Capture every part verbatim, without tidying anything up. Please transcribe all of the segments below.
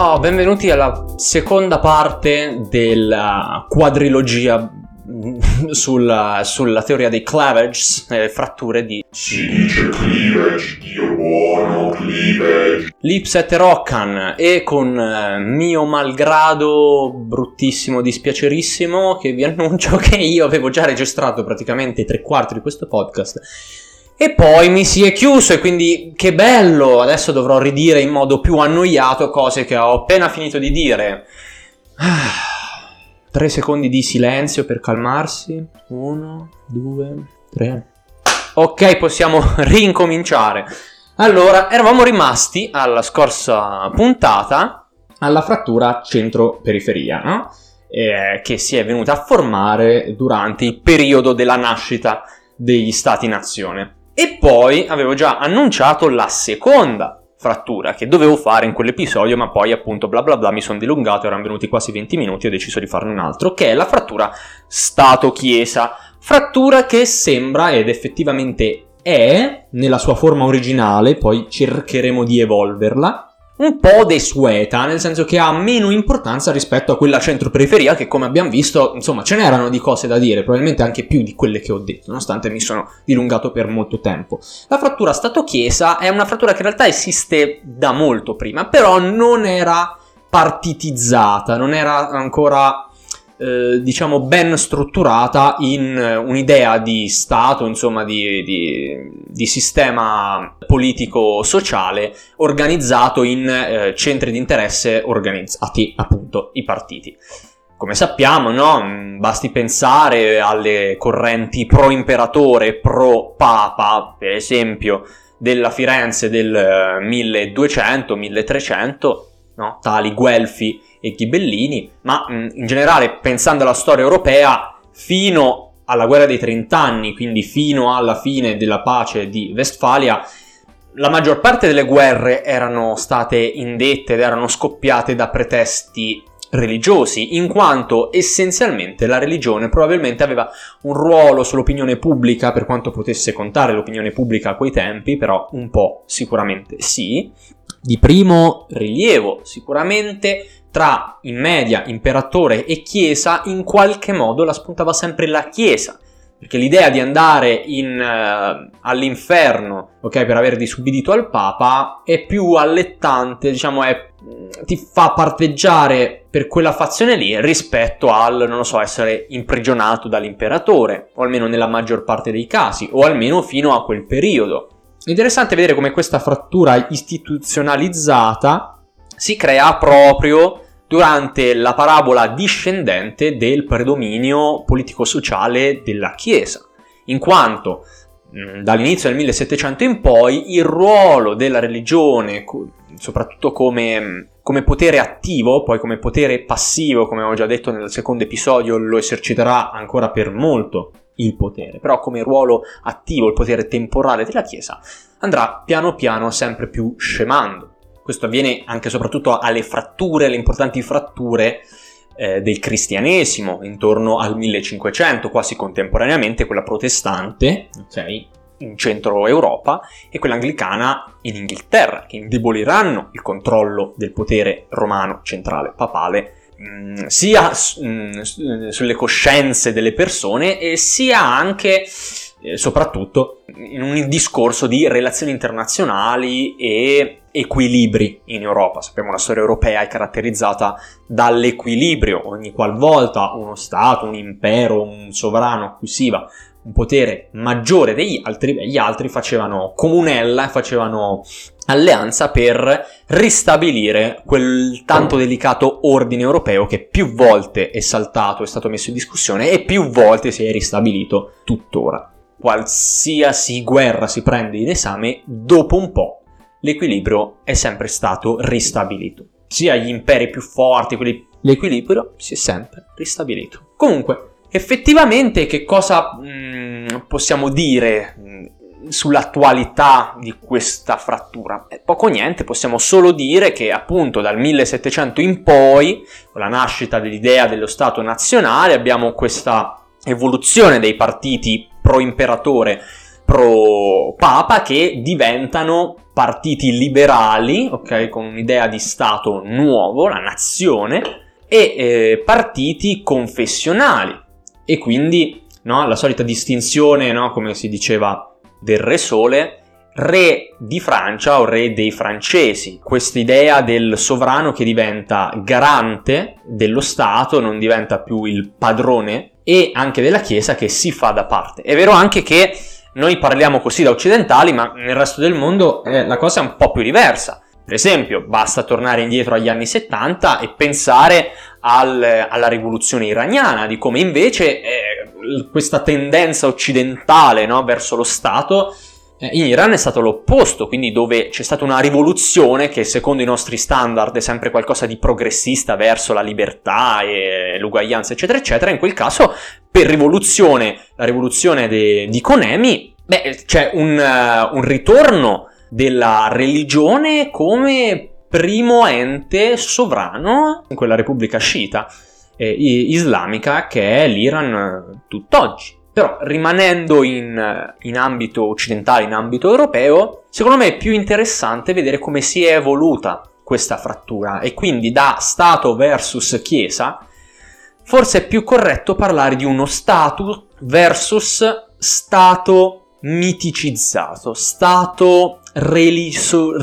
Oh, benvenuti alla seconda parte della quadrilogia sulla, sulla teoria dei cleavages, le fratture di... Si dice cleavage, Dio buono, cleavage. Lipset e Roccan, e con eh, mio malgrado bruttissimo dispiacerissimo che vi annuncio che io avevo già registrato praticamente tre quarti di questo podcast e poi mi si è chiuso, e quindi che bello, adesso dovrò ridire in modo più annoiato cose che ho appena finito di dire. Tre secondi di silenzio per calmarsi. Uno, due, tre. Ok, possiamo rincominciare. Allora, eravamo rimasti alla scorsa puntata alla frattura centro-periferia, no? Eh, che si è venuta a formare durante il periodo della nascita degli Stati-nazione. E poi avevo già annunciato la seconda frattura che dovevo fare in quell'episodio, ma poi appunto bla bla bla mi sono dilungato, erano venuti quasi venti minuti e ho deciso di farne un altro, che è la frattura Stato-Chiesa. Frattura che sembra, ed effettivamente è, nella sua forma originale, poi cercheremo di evolverla, un po' desueta, nel senso che ha meno importanza rispetto a quella centro-periferia che, come abbiamo visto, insomma, ce n'erano di cose da dire, probabilmente anche più di quelle che ho detto, nonostante mi sono dilungato per molto tempo. La frattura Stato-Chiesa è una frattura che in realtà esiste da molto prima, però non era partitizzata, non era ancora... Eh, diciamo ben strutturata in un'idea di Stato, insomma di, di, di sistema politico-sociale organizzato in eh, centri di interesse organizzati, appunto i partiti. Come sappiamo, no? Basti pensare alle correnti pro-imperatore, pro-papa, per esempio della Firenze del milleduecento milletrecento, no? Tali Guelfi e Ghibellini, ma mh, in generale, pensando alla storia europea, fino alla guerra dei trent'anni, quindi fino alla fine della pace di Westfalia, la maggior parte delle guerre erano state indette ed erano scoppiate da pretesti religiosi, in quanto essenzialmente la religione probabilmente aveva un ruolo sull'opinione pubblica, per quanto potesse contare l'opinione pubblica a quei tempi, però un po' sicuramente sì. Di primo rilievo sicuramente tra in media imperatore e chiesa in qualche modo la spuntava sempre la chiesa, perché l'idea di andare in, uh, all'inferno, ok, per aver disubbidito al papa è più allettante, diciamo, è, ti fa parteggiare per quella fazione lì rispetto al, non lo so, essere imprigionato dall'imperatore, o almeno nella maggior parte dei casi, o almeno fino a quel periodo. Interessante vedere come questa frattura istituzionalizzata si crea proprio durante la parabola discendente del predominio politico-sociale della Chiesa, in quanto mh, dall'inizio del millesettecento in poi il ruolo della religione, co- soprattutto come, come potere attivo, poi come potere passivo, come ho già detto nel secondo episodio, lo eserciterà ancora per molto il potere, però come ruolo attivo, il potere temporale della Chiesa, andrà piano piano sempre più scemando. Questo avviene anche e soprattutto alle fratture, alle importanti fratture eh, del cristianesimo, intorno al millecinquecento, quasi contemporaneamente, quella protestante, ok, in centro Europa, e quella anglicana in Inghilterra, che indeboliranno il controllo del potere romano centrale papale, mh, sia mh, sulle coscienze delle persone, e sia anche... soprattutto in un discorso di relazioni internazionali e equilibri in Europa. Sappiamo la storia europea è caratterizzata dall'equilibrio, ogni qualvolta uno stato, un impero, un sovrano acquisiva un potere maggiore degli altri, gli altri facevano comunella e facevano alleanza per ristabilire quel tanto delicato ordine europeo che più volte è saltato, è stato messo in discussione e più volte si è ristabilito tuttora. Qualsiasi guerra si prende in esame, dopo un po' l'equilibrio è sempre stato ristabilito. Sia gli imperi più forti, quelli... l'equilibrio si è sempre ristabilito. Comunque, effettivamente che cosa mh, possiamo dire mh, sull'attualità di questa frattura? Eh, poco niente, possiamo solo dire che appunto dal millesettecento in poi, con la nascita dell'idea dello Stato nazionale, abbiamo questa evoluzione dei partiti pro-imperatore, pro Papa che diventano partiti liberali, ok, con un'idea di Stato nuovo, la nazione, e eh, partiti confessionali. E quindi, no, la solita distinzione, no, come si diceva del Re Sole, re di Francia o re dei francesi. Questa idea del sovrano che diventa garante dello Stato, non diventa più il padrone, e anche della Chiesa che si fa da parte. È vero anche che noi parliamo così da occidentali, ma nel resto del mondo eh, la cosa è un po' più diversa. Per esempio, basta tornare indietro agli anni settanta e pensare al, alla rivoluzione iraniana, di come invece eh, questa tendenza occidentale, no, verso lo Stato eh, in Iran è stato l'opposto, quindi dove c'è stata una rivoluzione che secondo i nostri standard è sempre qualcosa di progressista verso la libertà e l'uguaglianza, eccetera, eccetera. In quel caso, per rivoluzione, la rivoluzione de, di Khomeyni, beh, c'è un, uh, un ritorno della religione come primo ente sovrano in quella repubblica sciita eh, islamica che è l'Iran tutt'oggi. Però rimanendo in, in ambito occidentale, in ambito europeo, secondo me è più interessante vedere come si è evoluta questa frattura, e quindi da Stato versus Chiesa forse è più corretto parlare di uno Stato versus Stato miticizzato, Stato religio-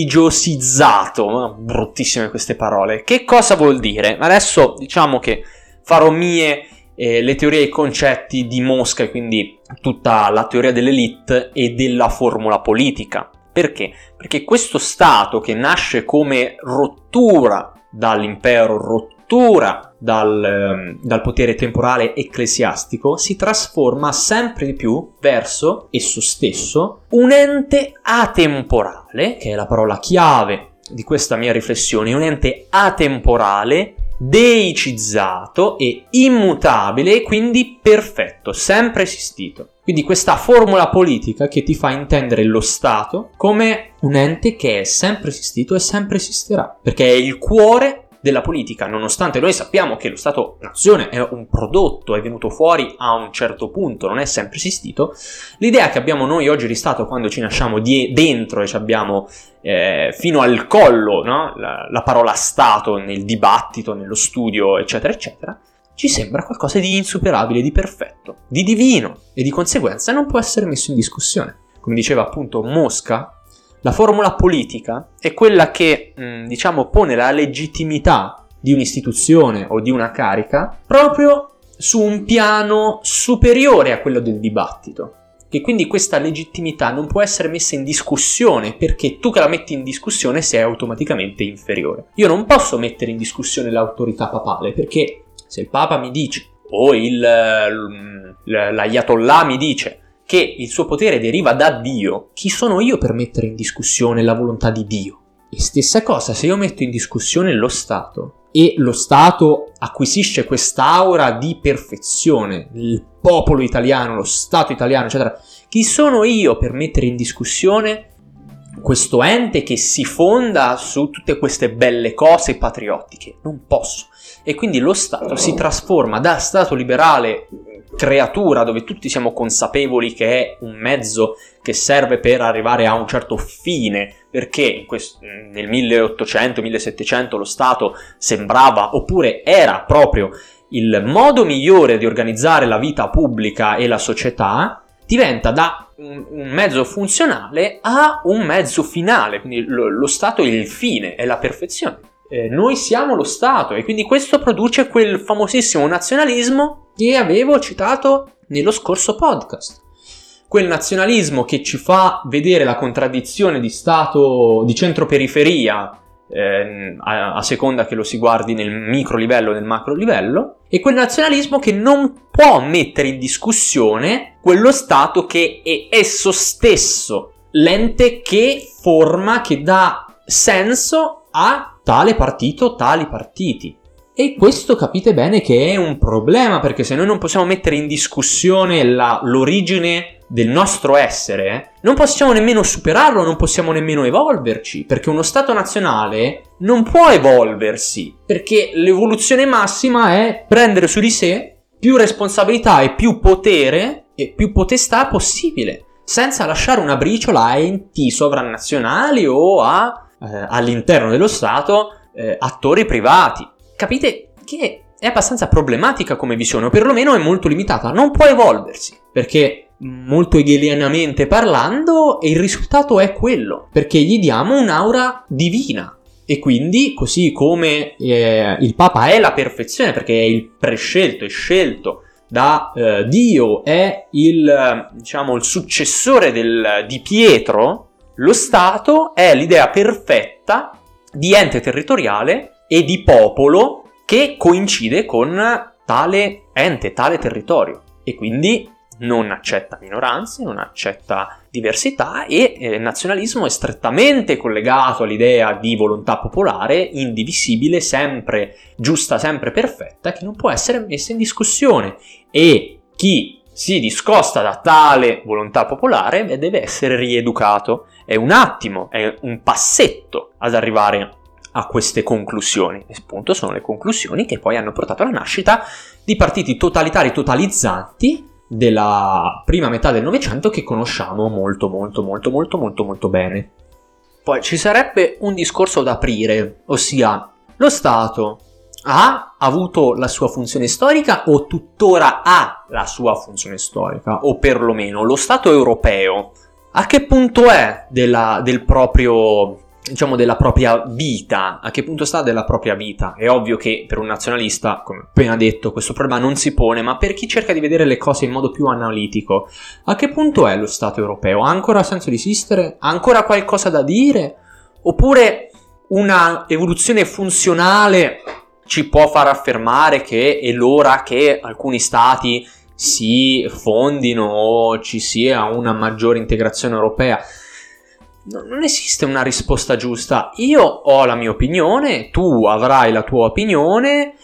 religiosizzato. Bruttissime queste parole. Che cosa vuol dire? Adesso diciamo che farò mie eh, le teorie e i concetti di Mosca, e quindi tutta la teoria dell'elite e della formula politica. Perché? Perché questo Stato che nasce come rottura dall'impero, rottura dal, dal potere temporale ecclesiastico, si trasforma sempre di più verso esso stesso un ente atemporale, che è la parola chiave di questa mia riflessione, un ente atemporale, deicizzato e immutabile, e quindi perfetto, sempre esistito. Quindi questa formula politica che ti fa intendere lo Stato come un ente che è sempre esistito e sempre esisterà, perché è il cuore della politica, nonostante noi sappiamo che lo Stato-nazione è un prodotto, è venuto fuori a un certo punto, non è sempre esistito. L'idea che abbiamo noi oggi di Stato, quando ci nasciamo di- dentro e ci abbiamo eh, fino al collo, no? la, la parola Stato nel dibattito, nello studio, eccetera, eccetera, ci sembra qualcosa di insuperabile, di perfetto, di divino, e di conseguenza non può essere messo in discussione. Come diceva appunto Mosca, la formula politica è quella che, mh, diciamo, pone la legittimità di un'istituzione o di una carica proprio su un piano superiore a quello del dibattito. Che quindi questa legittimità non può essere messa in discussione, perché tu che la metti in discussione sei automaticamente inferiore. Io non posso mettere in discussione l'autorità papale, perché se il Papa mi dice, o il, l'Ayatollah mi dice, che il suo potere deriva da Dio, chi sono io per mettere in discussione la volontà di Dio? E stessa cosa, se io metto in discussione lo Stato, e lo Stato acquisisce quest'aura di perfezione, il popolo italiano, lo Stato italiano, eccetera, chi sono io per mettere in discussione questo ente che si fonda su tutte queste belle cose patriottiche? Non posso. E quindi lo Stato si trasforma da Stato liberale, creatura dove tutti siamo consapevoli che è un mezzo che serve per arrivare a un certo fine, perché in questo, nel milleottocento millesettecento lo Stato sembrava, oppure era proprio il modo migliore di organizzare la vita pubblica e la società, diventa da un, un mezzo funzionale a un mezzo finale. Quindi lo, lo Stato è il fine, è la perfezione. Eh, noi siamo lo Stato, e quindi questo produce quel famosissimo nazionalismo che avevo citato nello scorso podcast. Quel nazionalismo che ci fa vedere la contraddizione di Stato di centro-periferia eh, a, a seconda che lo si guardi nel micro livello o nel macro livello, e quel nazionalismo che non può mettere in discussione quello Stato che è esso stesso l'ente che forma, che dà senso a tale partito, tali partiti. E questo capite bene che è un problema, perché se noi non possiamo mettere in discussione la, l'origine del nostro essere, non possiamo nemmeno superarlo, non possiamo nemmeno evolverci, perché uno Stato nazionale non può evolversi, perché l'evoluzione massima è prendere su di sé più responsabilità e più potere e più potestà possibile. senza lasciare una briciola a enti sovranazionali o a, eh, all'interno dello Stato, eh, attori privati. Capite che è abbastanza problematica come visione, o perlomeno è molto limitata, non può evolversi, perché molto hegelianamente parlando il risultato è quello, perché gli diamo un'aura divina. E quindi, così come eh, il Papa è la perfezione, perché è il prescelto, è scelto da eh, Dio, è il, diciamo, il successore del, di Pietro, lo Stato è l'idea perfetta di ente territoriale e di popolo che coincide con tale ente, tale territorio. E quindi non accetta minoranze, non accetta diversità, e eh, il nazionalismo è strettamente collegato all'idea di volontà popolare, indivisibile, sempre giusta, sempre perfetta, che non può essere messa in discussione. E chi si discosta da tale volontà popolare beh, deve essere rieducato. È un attimo, è un passetto ad arrivare a queste conclusioni. E appunto sono le conclusioni che poi hanno portato alla nascita di partiti totalitari totalizzanti della prima metà del Novecento, che conosciamo molto molto molto molto molto molto bene. Poi ci sarebbe un discorso da aprire, ossia lo Stato ha avuto la sua funzione storica o tuttora ha la sua funzione storica, o perlomeno lo Stato europeo a che punto è della, del proprio, diciamo, della propria vita, a che punto sta della propria vita. È ovvio che per un nazionalista, come appena detto, questo problema non si pone, ma per chi cerca di vedere le cose in modo più analitico, a che punto è lo Stato europeo? Ha ancora senso di esistere? Ha ancora qualcosa da dire? Oppure una evoluzione funzionale ci può far affermare che è l'ora che alcuni stati si fondino o ci sia una maggiore integrazione europea? Non esiste una risposta giusta. Io ho la mia opinione, tu avrai la tua opinione,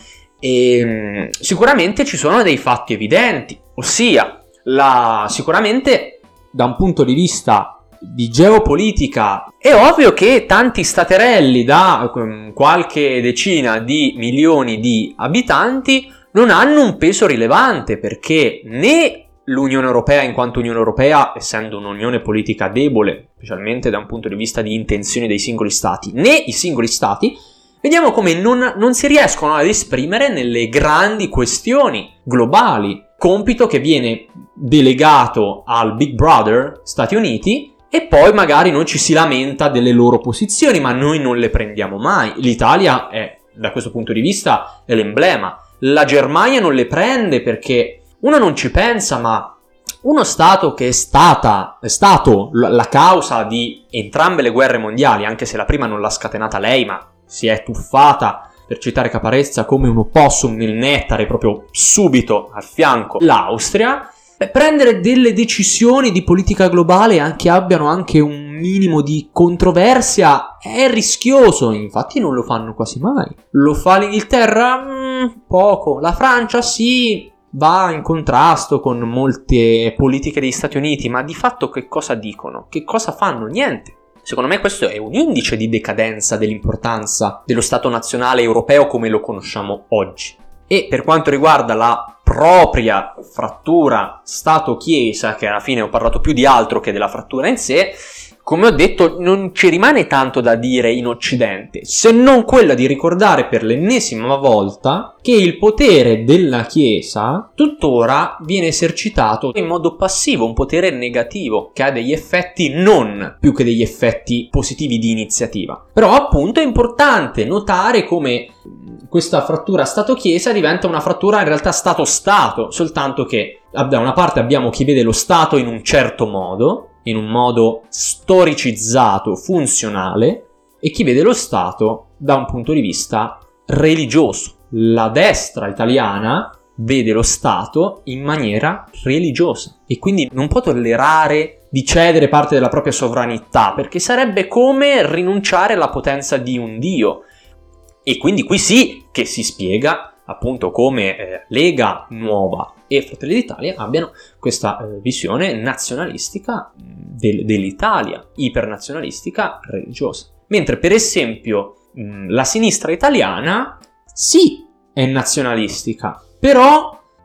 e sicuramente ci sono dei fatti evidenti, ossia la, sicuramente da un punto di vista di geopolitica è ovvio che tanti staterelli da qualche decina di milioni di abitanti non hanno un peso rilevante, perché né l'Unione Europea in quanto Unione Europea, essendo un'unione politica debole, specialmente da un punto di vista di intenzioni dei singoli stati, né i singoli stati, vediamo come non, non si riescono ad esprimere nelle grandi questioni globali, compito che viene delegato al Big Brother Stati Uniti, e poi magari non ci si lamenta delle loro posizioni, ma noi non le prendiamo mai. L'Italia è, da questo punto di vista, è l'emblema. La Germania non le prende perché uno non ci pensa, ma uno Stato che è stata è stato la causa di entrambe le guerre mondiali, anche se la prima non l'ha scatenata lei, ma si è tuffata, per citare Caparezza, come un opossum nel nettare proprio subito al fianco l'Austria, beh, prendere delle decisioni di politica globale anche abbiano anche un minimo di controversia è rischioso, infatti non lo fanno quasi mai. Lo fa l'Inghilterra? Mm, poco. La Francia sì, va in contrasto con molte politiche degli Stati Uniti, ma di fatto che cosa dicono? Che cosa fanno? Niente. Secondo me questo è un indice di decadenza dell'importanza dello Stato nazionale europeo come lo conosciamo oggi. E per quanto riguarda la propria frattura Stato-Chiesa, che alla fine ho parlato più di altro che della frattura in sé, come ho detto non ci rimane tanto da dire in Occidente, se non quella di ricordare per l'ennesima volta che il potere della Chiesa tuttora viene esercitato in modo passivo, un potere negativo che ha degli effetti non più che degli effetti positivi di iniziativa. Però appunto è importante notare come questa frattura Stato-Chiesa diventa una frattura in realtà Stato-Stato, soltanto che da una parte abbiamo chi vede lo Stato in un certo modo, in un modo storicizzato, funzionale, e chi vede lo Stato da un punto di vista religioso. La destra italiana vede lo Stato in maniera religiosa e quindi non può tollerare di cedere parte della propria sovranità, perché sarebbe come rinunciare alla potenza di un Dio. E quindi qui sì che si spiega appunto come eh, Lega Nuova e Fratelli d'Italia abbiano questa eh, visione nazionalistica del, dell'Italia, ipernazionalistica religiosa. Mentre per esempio mh, la sinistra italiana sì è nazionalistica, però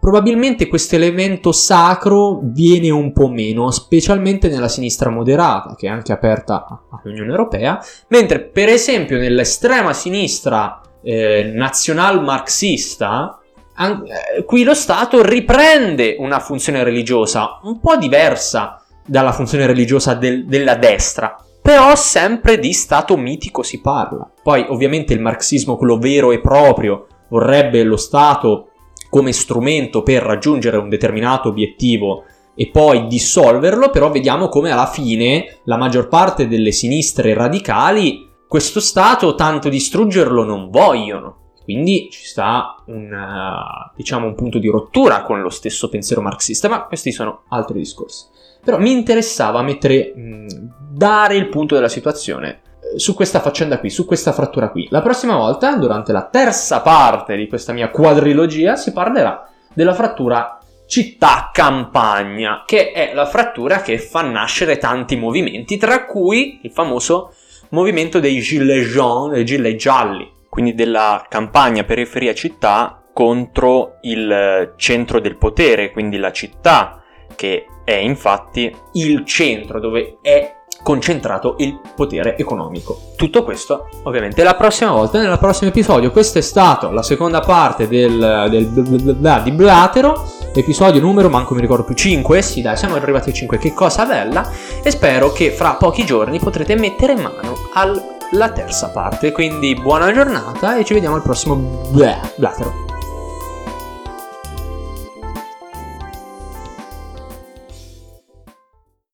probabilmente questo elemento sacro viene un po' meno, specialmente nella sinistra moderata, che è anche aperta all'Unione Europea, mentre per esempio nell'estrema sinistra eh, nazional-marxista, an- eh, qui lo Stato riprende una funzione religiosa un po' diversa dalla funzione religiosa del- della destra, però sempre di Stato mitico si parla. Poi ovviamente il marxismo, quello vero e proprio, vorrebbe lo Stato come strumento per raggiungere un determinato obiettivo e poi dissolverlo, però vediamo come alla fine la maggior parte delle sinistre radicali questo Stato tanto distruggerlo non vogliono. Quindi ci sta un, uh, diciamo un punto di rottura con lo stesso pensiero marxista, ma questi sono altri discorsi. Però mi interessava mettere, mh, dare il punto della situazione su questa faccenda qui, su questa frattura qui. La prossima volta, durante la terza parte di questa mia quadrilogia, si parlerà della frattura città-campagna, che è la frattura che fa nascere tanti movimenti, tra cui il famoso movimento dei gilets jaunes, dei gilet gialli, quindi della campagna periferia-città contro il centro del potere, quindi la città, che è infatti il centro dove è concentrato il potere economico. Tutto questo ovviamente la prossima volta, nel prossimo episodio. Questa è stata la seconda parte del, del bla bla bla di Blatero, episodio numero, manco mi ricordo più, cinque, sì dai siamo arrivati a cinque, che cosa bella, e spero che fra pochi giorni potrete mettere mano alla terza parte, quindi buona giornata e ci vediamo al prossimo Blatero.